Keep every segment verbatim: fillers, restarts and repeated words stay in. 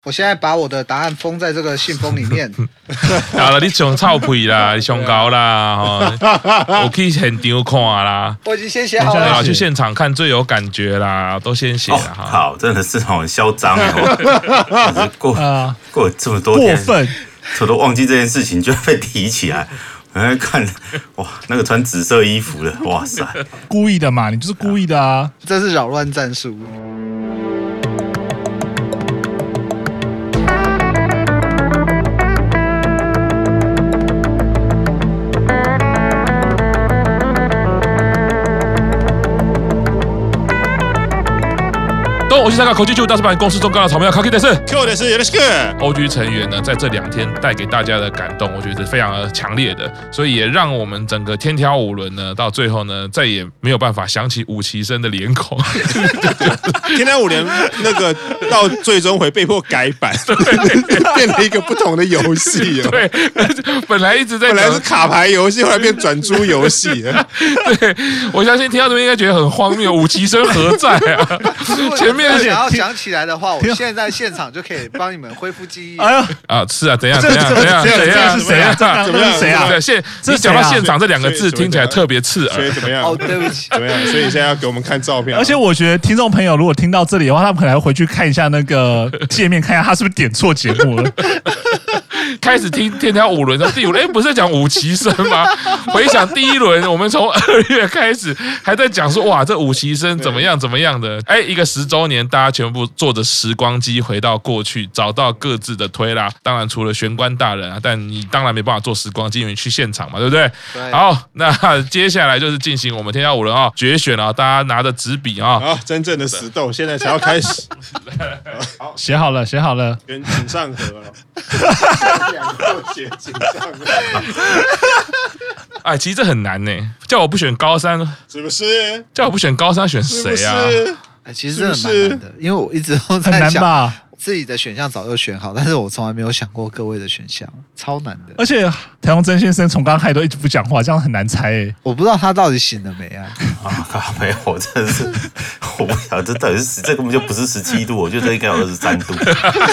我现在把我的答案封在这个信封里面。 好了，你上臭屁啦，你上高啦，我去现场看啦。 我已经先写好了， 去现场看最有感觉啦，都先写了哈。 好，真的是很嚣张哦，过过了这么多天， 过分， 我都忘记这件事情，就被提起来。我在看，哇，那个穿紫色衣服的，哇塞， 故意的嘛，你就是故意的啊， 这是扰乱战术。 我是三个口技就大师版公司中高的草莓卡 K 的是 Q 的是有的是个 O G 成员呢，在这两天带给大家的感动，我觉得是非常的强烈的，所以也让我们整个天挑五轮呢，到最后呢，再也没有办法想起武崎生的脸孔。 天挑五轮那个到最终回被迫改版，变成一个不同的游戏。 对，本来一直在本来是卡牌游戏，后来变转珠游戏了。 对，我相信听到这边应该觉得很荒谬，武崎生何在啊？前面。 想要想起来的话，我现在现场就可以帮你们恢复记忆。 哎呀， 啊，是啊，怎样怎样怎样怎样是谁啊？这刚刚是谁啊？ 对，现你讲到现场这两个字，听起来特别刺耳。 所以怎么样？ 哦，对不起， 怎么样？所以你现在要给我们看照片。 而且我觉得听众朋友如果听到这里的话，他们可能会回去看一下那个界面，看一下他是不是点错节目了。 开始听天挑五轮，第五轮，哎，不是讲武崎生吗？回想第一轮，我们从二月开始还在讲说，哇，这武崎生怎么样怎么样的？哎，一个十周年，大家全部坐着时光机回到过去，找到各自的推拉。当然，除了玄关大人啊，但你当然没办法坐时光机，因为你去现场嘛，对不对？ 对。 好，那接下来就是进行我们天挑五轮啊决选啊，大家拿着纸笔啊， 好，真正的死斗现在才要开始。 好，写好了，写好了， 跟井上和了。两个写井上和。 哎，其实这很难呢，叫我不选高三， 是不是？ 叫我不选高三，选谁啊？ 哎，其实真的蛮难的，因为我一直都在想自己的选项早就选好，但是我从来没有想过各位的选项，超难的。 而且台中真先生从刚开始都一直不讲话，这样很难猜诶。 我不知道他到底醒了没啊？ 啊，没有，我真的是我不晓得这到底是这根本就不是十七度，我觉得这应该有二十三度。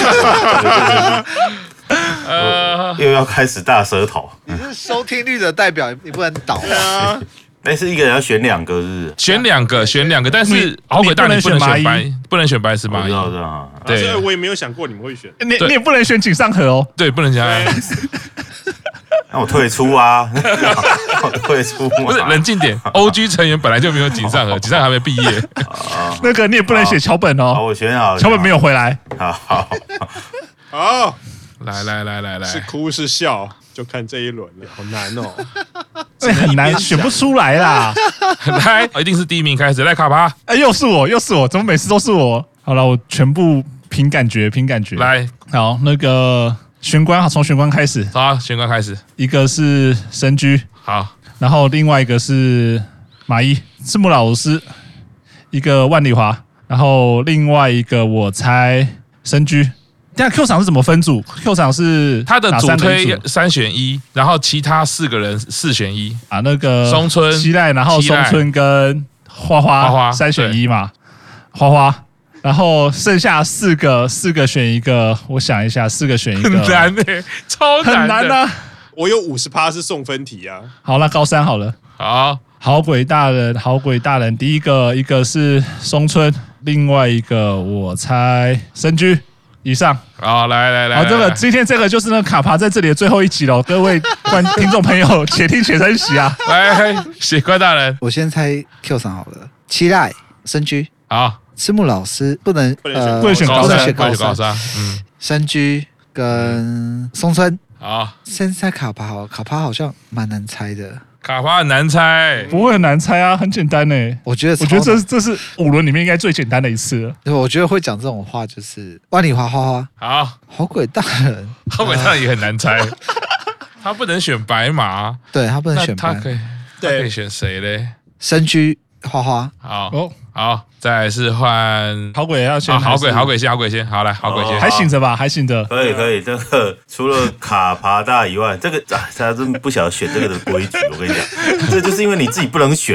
呃，又要开始大舌头。 你是收听率的代表，你不能倒啊。 但是一个人要选两个，是不是？ 选两个，选两个，但是好鬼大你不能选白，不能选白石蚂蚁。 对，所以我也没有想过你们会选。 你你也不能选井上和哦。 对，不能选。 那我退出啊！我退出。 不是，冷静点。O G 成员本来就没有井上和，井上还没毕业。 那个你也不能选桥本哦。 好，我选好了。 桥本没有回来。 好好好， 来来来来来， 是哭是笑，就看这一轮了，好难哦。 这很难，选不出来啦。 来，一定是第一名开始，来卡巴。 哎，又是我，又是我，怎么每次都是我？好了，我全部凭感觉，凭感觉。 来， 好，那个玄关，从玄关开始。 好，玄关开始。 一个是深居， 好， 然后另外一个是马一赤木老师，一个万里华，然后另外一个我猜深居。这 Q 场是怎么分组 ？Q 场是他的主推三选一，然后其他四个人四选一啊。那个松村、 期待，然后松村跟花花花花三选一嘛，花花，然后剩下四个四个选一个，我想一下，四个选一个， 很难诶、欸，超难很难啊！ 我有五十趴是送分题啊。 好，那高三好了， 好， 好鬼大人，好鬼大人，第一个一个是松村，另外一个我猜深居。以上， 好，来来来， 好，这个今天这个就是那个卡爬在这里的最后一集了，各位观听众朋友，且听且珍惜啊！ 来，血怪大人， 我先猜 Q 上好了，期待深居， 好， 赤木老师不能不能选， 不能选高三， 高高三， 嗯，深居跟松村， 好， 先猜卡爬好了，卡爬好像蛮难猜的。 卡爬很难猜， 不会很难猜啊，很简单呢。 我觉得， 我觉得这这是五轮里面应该最简单的一次了。 我觉得会讲这种话就是万里华花花， 好， 好鬼大人， 好鬼大人也很难猜，他不能选白马， 对他不能选白， 他可以，他可以选谁嘞？ 深居花花， 好哦，好，再来是换好鬼要先， 好鬼好鬼先，好鬼先，好来，好鬼先， 还醒着吧，还醒着， 可以可以。这个除了卡爬大以外，这个啊，他真不晓得选这个的规矩。我跟你讲，这就是因为你自己不能选，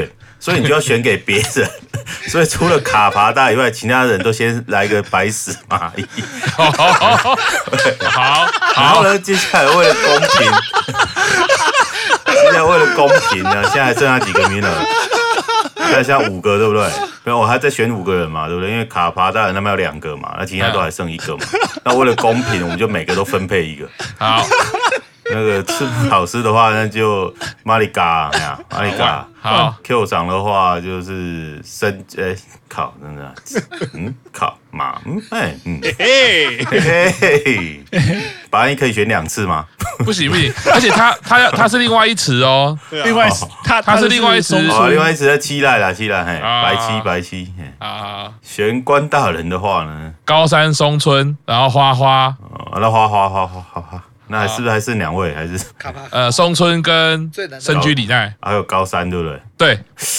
所以你就要选给别人。所以除了卡帕大以外，其他人都先来个白死蚂蚁。 好，好， 然后呢，接下来为了公平，接下来为了公平呢，现在还剩下几个名额？现在剩下五个，对不对？没有，我还在选五个人嘛，对不对？因为卡帕大人那边有两个嘛，那其他都还剩一个嘛。那为了公平，我们就每个都分配一个。 好。 那个赤木老师的话，那就马里嘎呀，马里嘎。 好 ，Q 长的话就是生，哎，靠，真的，嗯，靠马，嗯，哎，嗯，嘿嘿嘿，答案可以选两次吗？ 不行不行，而且他他要他是另外一词哦， 另外他他是另外一词， 哦，另外一词在七濑啦，七濑，嘿，白七白七， 啊， 玄关大人的话呢， 高山松村，然后花花， 哦，那花花花花花花。那是不是还剩两位？还是呃，松村跟深居里奈， 还有高山，对不对？ 对。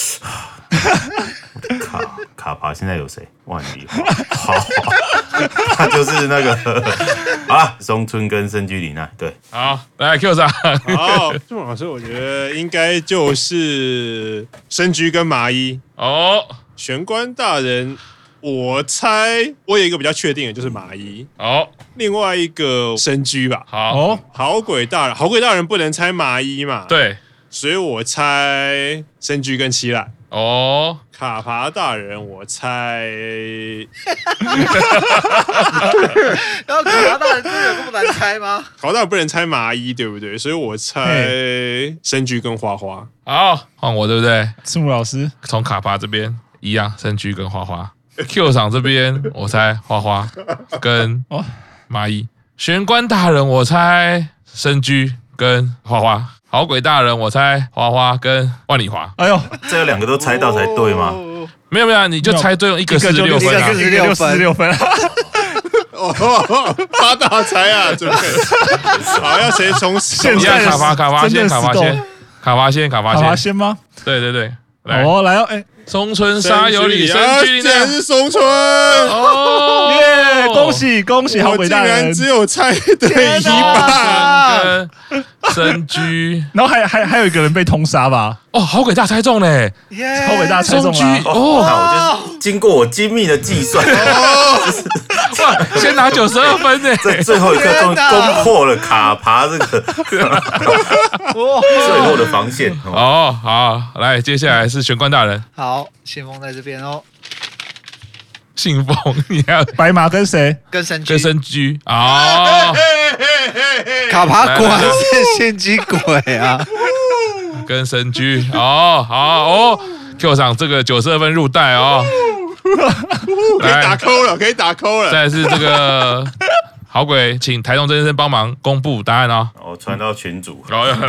卡卡帕现在有谁？万里花，好，那就是那个好了，松村跟深居里奈，对， 好，来 Q 上， 好，这老师我觉得应该就是深居跟麻衣哦， 玄关大人。我猜我有一个比较确定的，就是麻衣。 哦， 另外一个深居吧。 好， 哦， 好鬼大人，好鬼大人不能猜麻衣嘛？ 对， 所以我猜深居跟七濑。 哦， 卡帕大人，我猜。 然后卡帕大人真的有那么难猜吗？ 卡帕大人不能猜麻衣，对不对？所以我猜深居跟花花。 好，换我对不对？ 赤木老师从卡帕这边一样，深居跟花花。Q 场这边我猜花花跟麻衣，玄关大人我猜深居跟花花，好鬼大人我猜花花跟万里华。 哎呦， 这两个都猜到才对吗？ 没有没有，你就猜对，一个四十六分啊， 一个四十六分， 哦，发大财啊！准备好，要谁从现在卡帕卡帕先卡帕先卡帕先卡帕先卡帕先吗？ 对对对，来哦来哦，哎。 松村沙有里深居里竟然是松村哦耶！恭喜恭喜，好伟大人！ 竟然只有猜对一半， 跟深居， 然后还还还有一个人被通杀吧？ 哦，好鬼大猜中嘞！ 好伟大猜中了哦！那我就经过我精密的计算， 哇，先拿九十二分呢！ 这最后一刻终于攻破了卡帕这个最后的防线。 哦，好，来，接下来是玄关大人。 好，信封在这边哦。 信封，你要白马跟谁？ 跟深居。 跟深居哦。 卡帕果然是心机鬼啊！ 跟深居哦，好哦 ，Q 上这个九十二分入袋哦。 可以打扣了，可以打扣了。 再来是这个好鬼，请台东真先生帮忙公布答案哦。 我传到群组。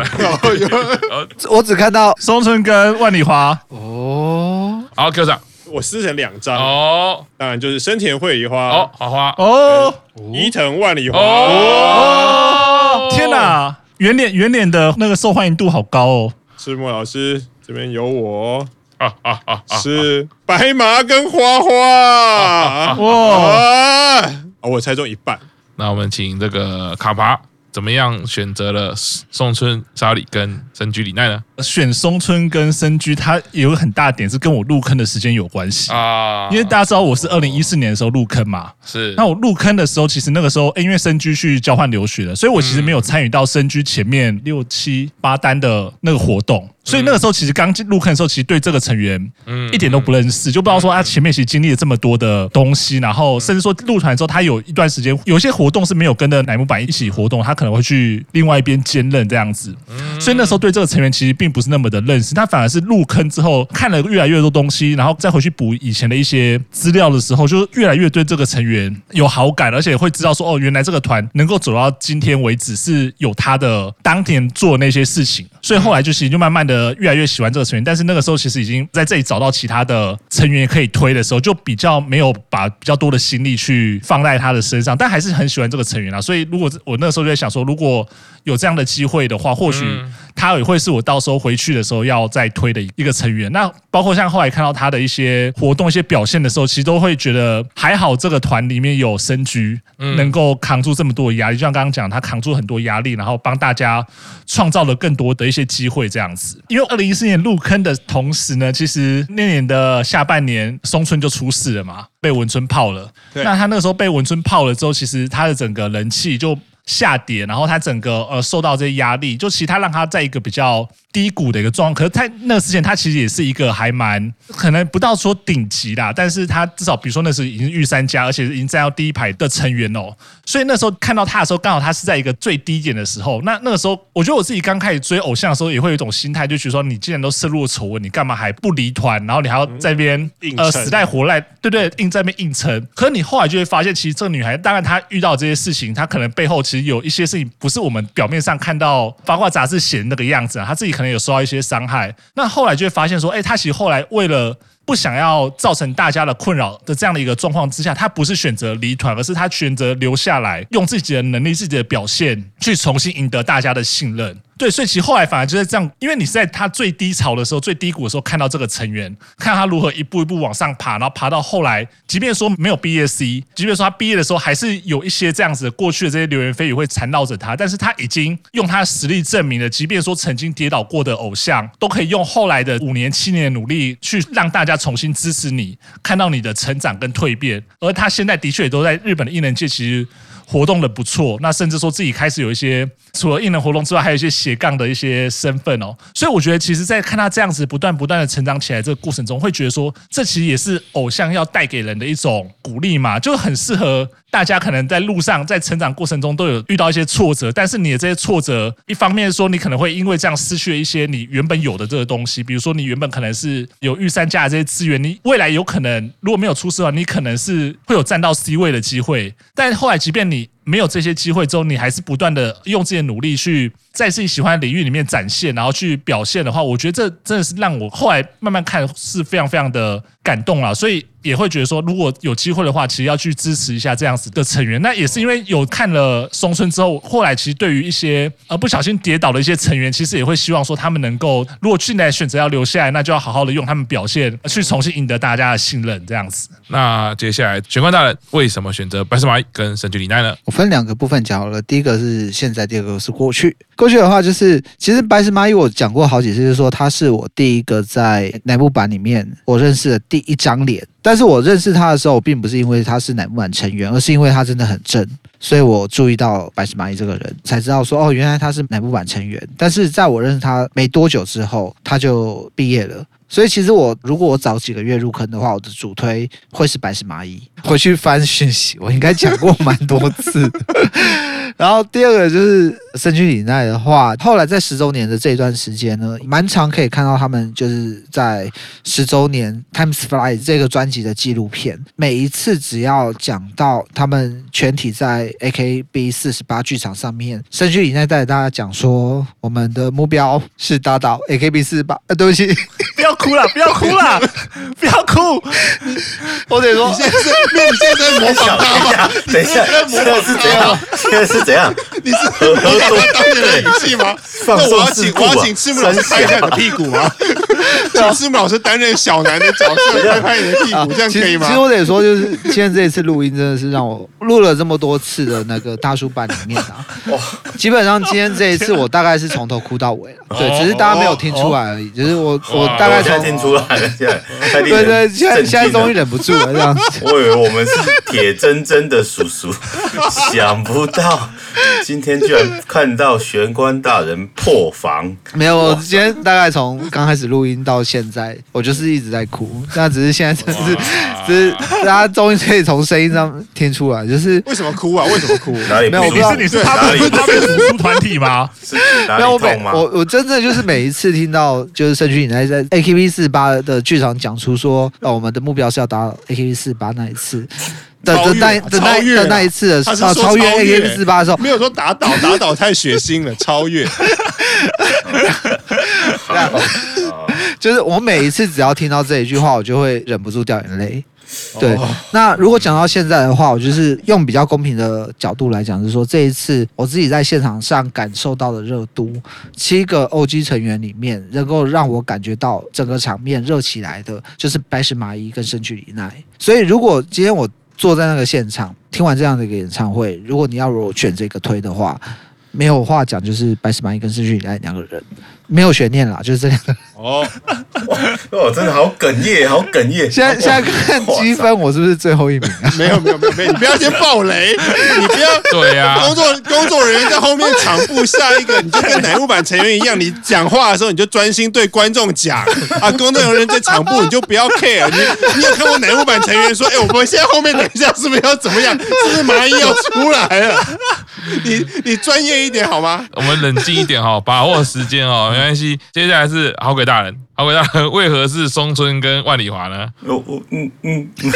我只看到松村跟万里华。 哦， 好 ，Q 上。 我撕成两张哦， 当然就是深田绘梨花哦，花花哦， 伊藤万里花哦， 天哪，圆脸圆脸的那个受欢迎度好高哦。 赤木老师这边有我啊啊啊， 是白马跟花花哇，我猜中一半。 那我们请这个卡帕怎么样选择了松村沙里跟深居里奈呢？ 选松村跟深居，它有一个很大的点是跟我入坑的时间有关系啊， 因为大家知道我是二零一四年的时候入坑嘛， 是。 那我入坑的时候，其实那个时候，因为深居去交换留学了，所以我其实没有参与到深居前面六七八单的那个活动。所以那个时候其实刚入坑的时候，其实对这个成员一点都不认识，就不知道说他前面其实经历了这么多的东西，然后甚至说入团之后，他有一段时间有一些活动是没有跟着乃木坂一起活动，他可能会去另外一边兼任这样子。所以那时候对这个成员其实并不是那么的认识，他反而是入坑之后看了越来越多东西，然后再回去补以前的一些资料的时候，就越来越对这个成员有好感，而且会知道说哦，原来这个团能够走到今天为止是有他的当年做的那些事情，所以后来就其实就慢慢的越来越喜欢这个成员。但是那个时候其实已经在这里找到其他的成员可以推的时候，就比较没有把比较多的心力去放在他的身上，但还是很喜欢这个成员啊。所以如果我那个时候就在想想说，如果有这样的机会的话，或许他也会是我到时候回去的时候要再推的一个成员。那包括像后来看到他的一些活动、一些表现的时候，其实都会觉得还好，这个团里面有深居能够扛住这么多的压力。就像刚刚讲，他扛住很多压力，然后帮大家创造了更多的一些机会这样子。因为二零一四年入坑的同时呢，其实那年的下半年松村就出事了嘛，被文春泡了。那他那个时候被文春泡了之后，其实他的整个人气就下跌，然后他整个呃受到这些压力，就其实他让他在一个比较低谷的一个状况。可是在那个之前，他其实也是一个还蛮可能不到说顶级啦，但是他至少比如说那时候已经御三家，而且已经站到第一排的成员哦。所以那时候看到他的时候，刚好他是在一个最低点的时候。那那个时候，我觉得我自己刚开始追偶像的时候，也会有一种心态，就觉得说你既然都涉入了丑闻，你干嘛还不离团？然后你还要在那边、嗯、呃死赖活赖，对对，硬在那边硬撑。可是你后来就会发现，其实这个女孩，当然她遇到这些事情，她可能背后其实有一些事情不是我们表面上看到八卦杂志写的那个样子啊，她自己可能有受到一些伤害。那后来就会发现说，哎，她其实后来为了不想要造成大家的困扰的这样的一个状况之下，他不是选择离团，而是他选择留下来，用自己的能力、自己的表现去重新赢得大家的信任。对，所以其实后来反而就是这样，因为你是在他最低潮的时候、最低谷的时候看到这个成员，看他如何一步一步往上爬，然后爬到后来，即便说没有毕业 C， 即便说他毕业的时候还是有一些这样子的过去的这些流言蜚语会缠绕着他，但是他已经用他的实力证明了，即便说曾经跌倒过的偶像，都可以用后来的五年、七年的努力去让大家重新支持你，看到你的成长跟蜕变。而他现在的确也都在日本的艺人界其实活动的不错，那甚至说自己开始有一些除了艺人活动之外，还有一些斜杠的一些身份哦。所以我觉得，其实，在看他这样子不断不断的成长起来这个过程中，会觉得说，这其实也是偶像要带给人的一种鼓励嘛，就很适合大家可能在路上在成长过程中都有遇到一些挫折，但是你的这些挫折，一方面说你可能会因为这样失去了一些你原本有的这个东西，比如说你原本可能是有御三家的这些资源，你未来有可能如果没有出事的话，你可能是会有站到 C 位的机会，但后来即便你没有这些机会之后，你还是不断的用自己的努力去在自己喜欢的领域里面展现，然后去表现的话，我觉得这真的是让我后来慢慢看是非常非常的感动啦，所以也会觉得说，如果有机会的话，其实要去支持一下这样子的成员。那也是因为有看了松村之后，后来其实对于一些呃不小心跌倒的一些成员，其实也会希望说他们能够，如果进来选择要留下来，那就要好好的用他们表现去重新赢得大家的信任，这样子。 那接下来玄关大人为什么选择白石麻衣跟神居里奈呢？ 我分两个部分讲好了，第一个是现在，第二个是过去。过去的话就是，其实白石麻衣我讲过好几次，就是说他是我第一个在乃木坂里面我认识的第一张脸。但是我认识他的时候，我并不是因为他是乃木坂成员，而是因为他真的很正，所以我注意到白石麻衣这个人，才知道说哦，原来他是乃木坂成员。但是在我认识他没多久之后，他就毕业了。所以其实我如果我早几个月入坑的话，我的主推会是白石麻衣。回去翻讯息，我应该讲过蛮多次。然后第二个就是神居里奈的话，后来在十周年的这一段时间呢，蛮常可以看到他们就是在十周年 Times Fly 这个专辑的纪录片，每一次只要讲到他们全体在 A K B 四十八 剧场上面，神居里奈带着大家讲说，我们的目标是打倒 A K B 四十八。呃，对不起， 不要哭了，不要哭了，不要哭。 我得说， 你现在是，你现在在模仿他吗？ 等一下，现在是怎样？现在是怎样？ 你是模仿他当年的语气吗？那我要请，我要请赤木老师拍一下你的屁股吗？请赤木老师担任小南的角色，拍拍你的屁股，这样可以吗？ 其实我得说，就是今天这一次录音真的是让我录了这么多次的那个大叔版里面啊，基本上今天这一次我大概是从头哭到尾了，对，只是大家没有听出来而已，就是我我大概从听出来了，现在对对，现在现在终于忍不住了这样子。 我以为我们是铁铮铮的叔叔，想不到今天居然看到玄关大人破防。 没有，我今天大概从刚开始录音到现在，我就是一直在哭。那只是现在真的是，只是大家终于可以从声音上听出来，就是为什么哭啊？为什么哭？ 哪里不没有？ 你是你是他们是他们主出团体吗？ 是哪里痛吗？ 我我我真的就是每一次听到就是神居里奈在 A K B 四十八 的剧场讲出说，哦，我们的目标是要达到 A K B 四十八 那一次。的的那的那的那一次的超超越 A K B 四十八 的时候， 没有说打倒，打倒太血腥了，超越。 就是我每一次只要听到这一句话，我就会忍不住掉眼泪。 对， 哦那如果讲到现在的话，我就是用比较公平的角度来讲，就是说这一次我自己在现场上感受到的热度，七个 O G 成员里面，能够让我感觉到整个场面热起来的，就是白石麻衣跟深居里奈。所以如果今天我坐在那个现场，听完这样的一个演唱会，如果你要我选这个推的话，没有话讲，就是白石麻衣跟深居里奈两个人，没有悬念啦，就是这两个人。 哦， 哦，真的好哽咽，好哽咽。 现在现在看积分，我是不是最后一名啊？ 没有没有没有没有，你不要先爆雷，你不要对呀、 工作工作人员在后面场部下一个，你就跟乃木坂成员一样，你讲话的时候你就专心对观众讲啊。工作人员在场部你就不要 care。你你有看过乃木坂成员说，哎、欸，我们现在后面等一下是不是要怎么样？是不是麻衣要出来了？你你专业一点好吗？ 我们冷静一点哈、哦，把握时间哦，没关系。接下来是好鬼大人，好鬼大人为何是松村跟万里华呢？ 我我嗯嗯，嗯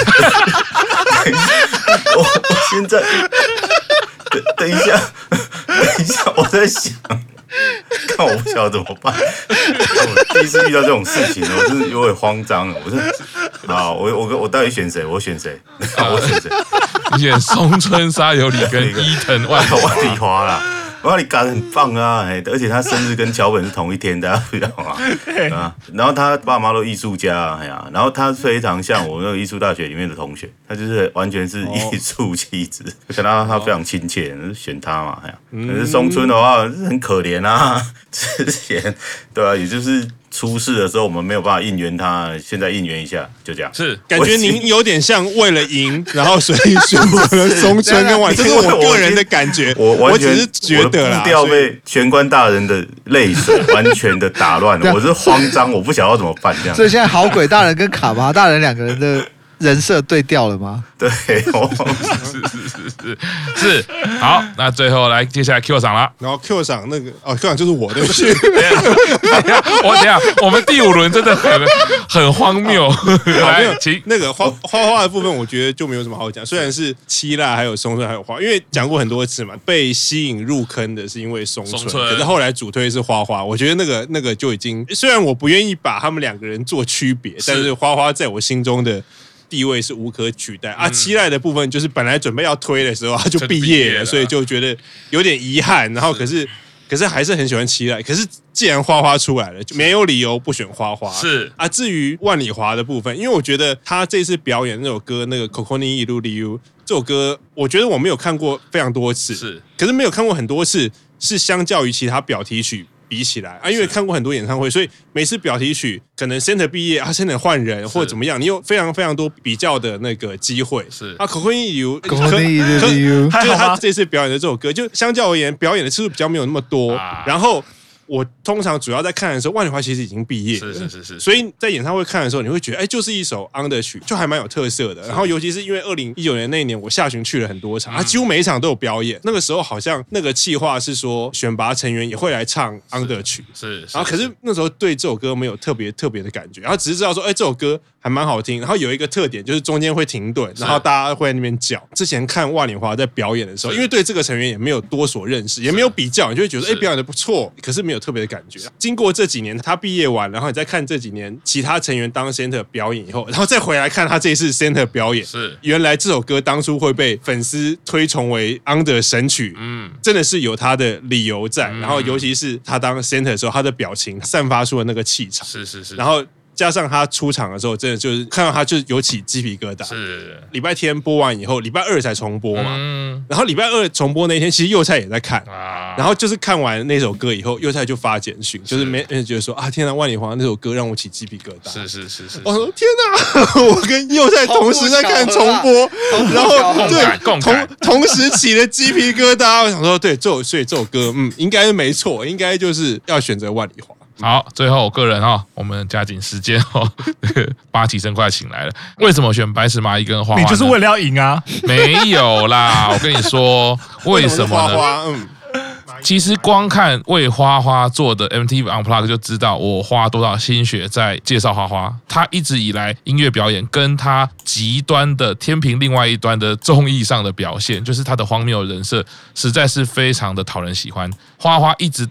我我现在等等一下，等一下，我在想，看我不晓得怎么办。我第一次遇到这种事情，我真是有点慌张了。我是好，我我我到底选谁？我选谁？我选谁？ 你选松村沙友里跟伊藤万里万里华啦。万里嘎很棒啊，哎，而且他生日跟桥本是同一天，大家不知道吗？啊，然后他爸妈都艺术家啊，哎呀，然后他非常像我那个艺术大学里面的同学，他就是完全是艺术气质，跟他他非常亲切，选他嘛，哎呀，可是松村的话很可怜啊，之前对啊，也就是出事的时候我们没有办法应援他，现在应援一下，就这样。 是， 感觉您有点像为了赢，然后所以选择了松村跟万里，这是我个人的感觉。 我完全我只是觉得啦， 步调被玄关大人的泪水完全的打乱了，我是慌张，我不晓得要怎么办这样。 所以现在好鬼大人跟卡巴大人两个人的人设对调了吗？ 对，哦、 是是是是是，好，那最后来接下来 Q 赏了。 然后 Q 赏那个哦 ，Q 赏就是我，对不起。 等一下，我等一下，我们第五轮真的很很荒谬。来，请那个花花花的部分，我觉得就没有什么好讲。虽然是七辣，还有松村，还有花，因为讲过很多次嘛，被吸引入坑的是因为松村， 松村可是后来主推是花花，我觉得那个那个就已经，虽然我不愿意把他们两个人做区别，但是花花在我心中的地位是无可取代、嗯、啊！期待的部分就是本来准备要推的时候他就毕业了，所以就觉得有点遗憾。然后可是可是还是很喜欢期待。可是既然花花出来了，就没有理由不选花花。 是啊，至于万里华的部分，因为我觉得他这次表演那首歌，那个《Kokoni Iru Ryu》这首歌，我觉得我没有看过非常多次， 是， 可是没有看过很多次，是相较于其他表题曲比起来啊，因为看过很多演唱会，所以每次表题曲可能 center 毕业啊 ，center 换人或者怎么样，你有非常非常多比较的那个机会。 是啊，口音有， 口音有， 就是他这次表演的这首歌，就相较而言，表演的次数比较没有那么多。 啊、 然后我通常主要在看的时候，万里华其实已经毕业了， 是是是是， 所以在演唱会看的时候，你会觉得，哎，就是一首 under 曲，就还蛮有特色的。然后尤其是因为二零一九年那一年，我下旬去了很多场，啊，几乎每一场都有表演。那个时候好像那个企划是说，选拔成员也会来唱 under 曲， 是。 然后可是那时候对这首歌没有特别特别的感觉，然后只是知道说，哎，这首歌还蛮好听。然后有一个特点就是中间会停顿，然后大家会在那边叫。之前看万里华在表演的时候，因为对这个成员也没有多所认识，也没有比较，你就会觉得，哎，表演的不错，可是没有特别的感觉。经过这几年他毕业完，然后你再看这几年其他成员当 center 表演以后，然后再回来看他这一次 center 表演， 是原来这首歌当初会被粉丝推崇为 under 神曲，嗯，真的是有他的理由在。嗯、然后尤其是他当 center 的时候，他的表情散发出的那个气场， 是是是， 然后加上他出场的时候，真的就是看到他就有起鸡皮疙瘩。 是礼拜天播完以后，礼拜二才重播嘛。 嗯、 然后礼拜二重播那天，其实佑菜也在看。 啊、 然后就是看完那首歌以后，佑菜就发简讯，就是没人觉得说啊，天哪，万里华那首歌让我起鸡皮疙瘩。 是是是是。 我说天哪，我跟佑菜同时在看重播，然后对同同时起了鸡皮疙瘩。我想说，对，这首所以这首歌，嗯，应该没错，应该就是要选择万里华。 好，最后我个人哈、哦，我们加紧时间哦，八起生快请来了。为什么选白石麻衣跟花花？ 你就是为了要赢啊？ 没有啦，我跟你说，为什么呢？ 花花嗯， 其实光看为花花做的 M T V Unplugged 就知道我花多少心血在介绍花花。他一直以来音乐表演跟他极端的天平另外一端的综艺上的表现，就是他的荒谬人设，实在是非常的讨人喜欢。花花一直到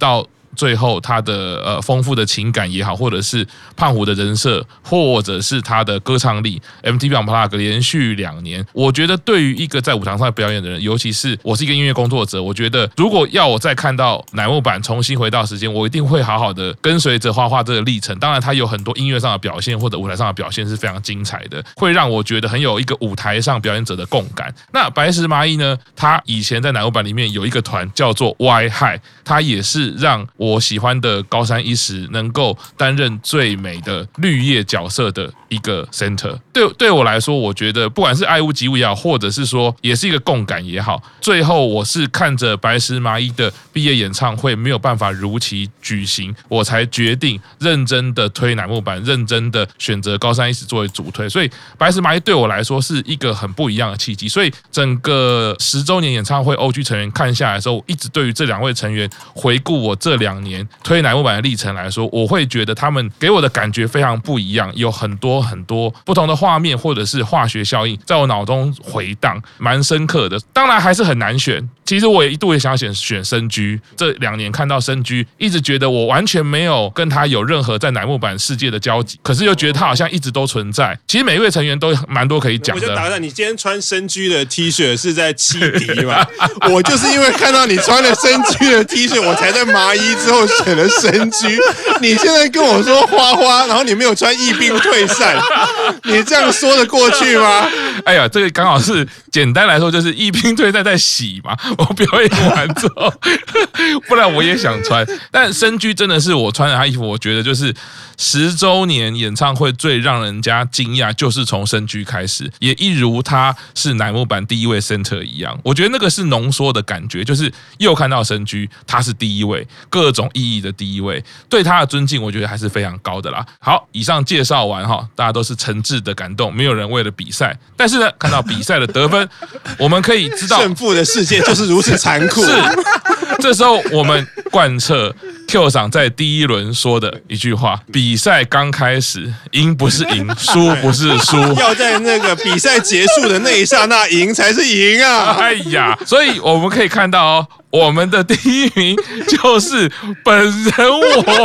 最后他的呃丰富的情感也好，或者是胖虎的人设，或者是他的歌唱力 ，M T V Unplugged 连续两年，我觉得对于一个在舞台上表演的人，尤其是我是一个音乐工作者，我觉得如果要我再看到乃木坂重新回到时间，我一定会好好的跟随着花花这个历程。当然，他有很多音乐上的表现或者舞台上的表现是非常精彩的，会让我觉得很有一个舞台上表演者的共感。那白石麻衣呢？他以前在乃木坂里面有一个团叫做 Y High， 他也是让我喜欢的高山一实能够担任最美的绿叶角色的一个 center。对对我来说，我觉得不管是爱屋及乌也好，或者是说也是一个共感也好，最后我是看着白石麻衣的毕业演唱会没有办法如期举行，我才决定认真的推乃木坂，认真的选择高山一实作为主推。所以白石麻衣对我来说是一个很不一样的契机。所以整个十周年演唱会 O G 成员看下来的时候，我一直对于这两位成员回顾我这两年推乃木坂的历程来说，我会觉得他们给我的感觉非常不一样，有很多很多不同的画面或者是化学效应在我脑中回荡，蛮深刻的。当然还是很难选，其实我也一度也想选选深居，这两年看到深居，一直觉得我完全没有跟他有任何在乃木坂世界的交集，可是又觉得他好像一直都存在。其实每一位成员都蛮多可以讲的。 我就打断，你今天穿深居的 T 恤是在欺敌吗？我就是因为看到你穿了深居的 T 恤，我才在麻衣之后选了深居。你现在跟我说花花，然后你没有穿义兵退散，你这样说得过去吗？ 哎呀，这个刚好是简单来说就是义兵退散在洗嘛。我表演完之后，不然我也想穿。但深居真的是我穿了他衣服，我觉得就是十周年演唱会最让人家惊讶，就是从深居开始，也一如他是乃木坂第一位 center 一样。我觉得那个是浓缩的感觉，就是又看到深居，他是第一位，各种意义的第一位，对他的尊敬，我觉得还是非常高的啦。好，以上介绍完哈，大家都是诚挚的感动，没有人为了比赛，但是呢，看到比赛的得分，我们可以知道胜负的世界就是如此残酷。 是，这时候我们贯彻 Q 赏在第一轮说的一句话：比赛刚开始，赢不是赢，输不是输， 要在那个比赛结束的那一刹那赢才是赢啊！ 哎呀，所以我们可以看到哦，我们的第一名就是本人我。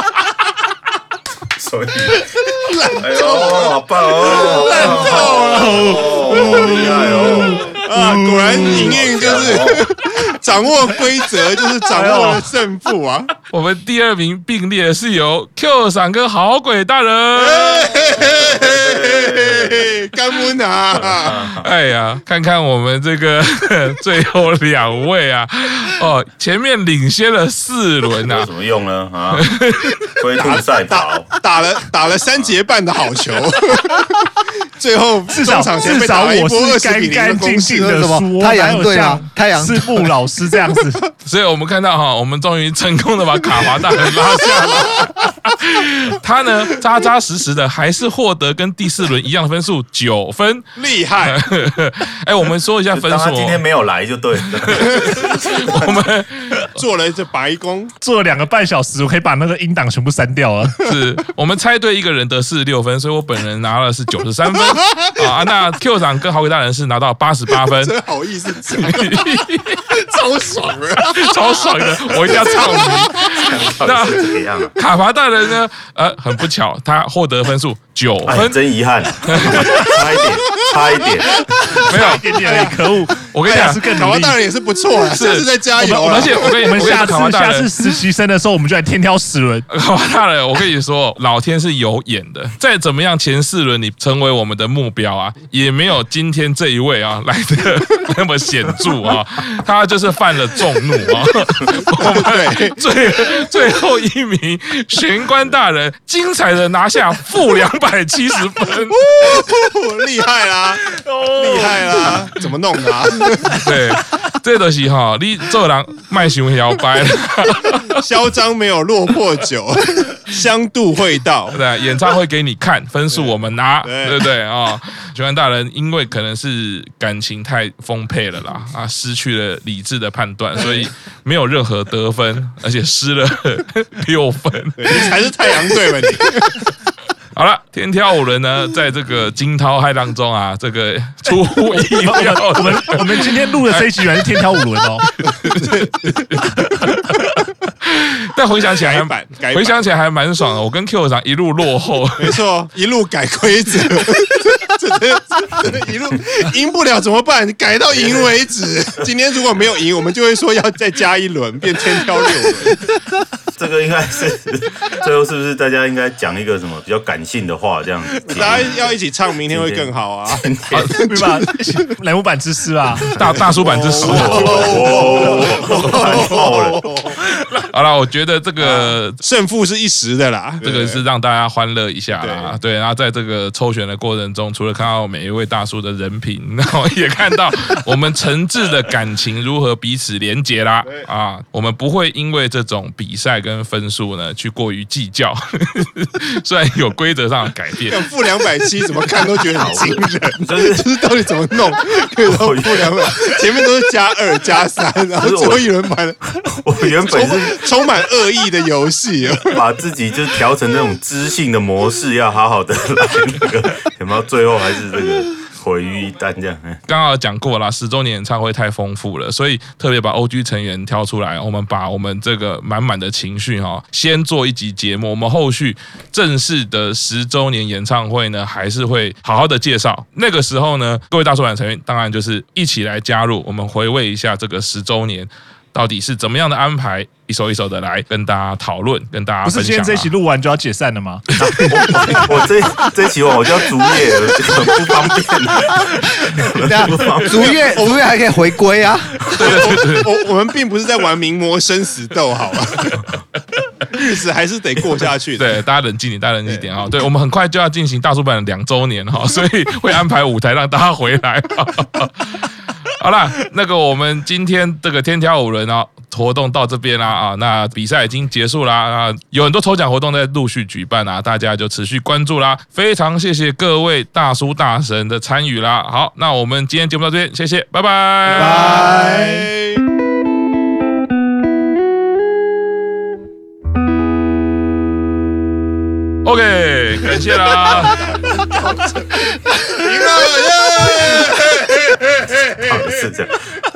所以，哎呦，好棒哦， 烂透了，厉害哦！啊，果然营运就是掌握规则，就是掌握了胜负啊！ 我们第二名并列是由 Q 赏跟好鬼大人。 干温啊！ 哎呀，看看我们这个最后两位啊，哦，前面领先了四轮啊， 有什么用呢？啊，龟兔赛跑， 打了打了三节半的好球，最后至少中场前至少被打了一我是波二十比零干干净的攻势净的什么输， 太阳哪有队啊像太阳是穆老师这样子。 所以我们看到哈，我们终于成功的把卡华大人拉下来。他呢，扎扎实实的还是获得跟第四轮一样的分数九分， 厉害！ 哎，我们说一下分数、 当他今天哦。 没有来就对了。 我们做了这白工， 做了两个半小时，我可以把那个音档全部删掉了。 是我们猜对一个人得四十六分，所以我本人拿了是九十三分啊。那 Q 长跟好鬼大人是拿到八十八分， 真好意思讲，超爽的， 超爽的，我一定要唱名。 到底是怎样啊？ 卡华大人呢？呃，很不巧，他获得分数九哎， 分， 真遗憾，差一点，差一点。 没有一点点而已，可恶！ 我跟你讲是更卡努力。 华大人也是不错啊，下次再加油啊！ 而且我跟你我们下我跟你说卡华次下大人次实习生的时候，我们就来天挑十轮。 卡华大人，我跟你说，老天是有眼的。再怎么样，前四轮你成为我们的目标啊，也没有今天这一位啊来的那么显著啊。他就是犯了众怒啊。我们最最后一名玄关大人，精彩的拿下负两百七十分， 厉害啦，厉害啦！怎么弄的啊？ 对，这都是哈，你做人卖想摇摆了。 嚣张没有落魄酒，相度会到。 对，演唱会给你看，分数我们拿， 对对不对啊？玄关大人因为可能是感情太丰沛了啦，啊，失去了理智的判断，所以没有任何得分，而且失了六分。 对你才是太阳队吧你？ 好了，天挑五人呢，在这个惊涛骇浪中啊，这个出乎意料的， 我们我们今天录的这一集原来是天挑五轮哦。 但回想起来还改版改版回想起来还蛮爽的。我跟 Q 长一路落后， 没错，一路改规则，真的真的一路赢不了怎么办？改到赢为止。今天如果没有赢，我们就会说要再加一轮，变天挑六轮。 这个应该是最后是不是大家应该讲一个什么比较感性的话这样子？ 大家要一起唱，明天会更好啊！ 对吧？乃木坂之诗啊， 大大叔版之诗。好了，我觉得这个胜负是一时的啦， 这个是让大家欢乐一下啦。对，然后在这个抽选的过程中，除了看到每一位大叔的人品，然后也看到我们诚挚的感情如何彼此连结啦。啊，我们不会因为这种比赛跟分数呢去过于计较，虽然有规则上的改变。 负两百七怎么看都觉得很惊人，就是就是到底怎么弄可以到负两百，前面都是加二加三，然后最后一轮买了。 我原本是充满恶意的游戏， 把自己就调成那种知性的模式，要好好的来那个，有没有？最后还是这个毁于一旦这样。 刚刚讲过啦，十周年演唱会太丰富了，所以特别把 O G 成员挑出来，我们把我们这个满满的情绪哈，先做一集节目，我们后续正式的十周年演唱会呢，还是会好好的介绍。那个时候呢，各位大叔版成员当然就是一起来加入，我们回味一下这个十周年到底是怎么样的安排，一首一首的来跟大家讨论，跟大家分享。 不是今天这一期录完就要解散了吗？ 我, 我这这一期我就要逐夜了，不方便。不方便。 逐月逐月还可以回归啊！ 对对对对， 我我们并不是在玩名模生死斗，好吧？日子还是得过下去的。 对，大家冷静点，大家冷静点哈。对，我们很快就要进行大叔版的两周年哈，所以会安排舞台让大家回来。好啦，那个我们今天这个天挑五人啊活动到这边啦啊，那比赛已经结束啦啊，有很多抽奖活动在陆续举办啊，大家就持续关注啦。非常谢谢各位大叔大神的参与啦。好，那我们今天节目到这边，谢谢，拜拜，拜拜。 OK， 感谢啦。 赢了耶！ 是这样。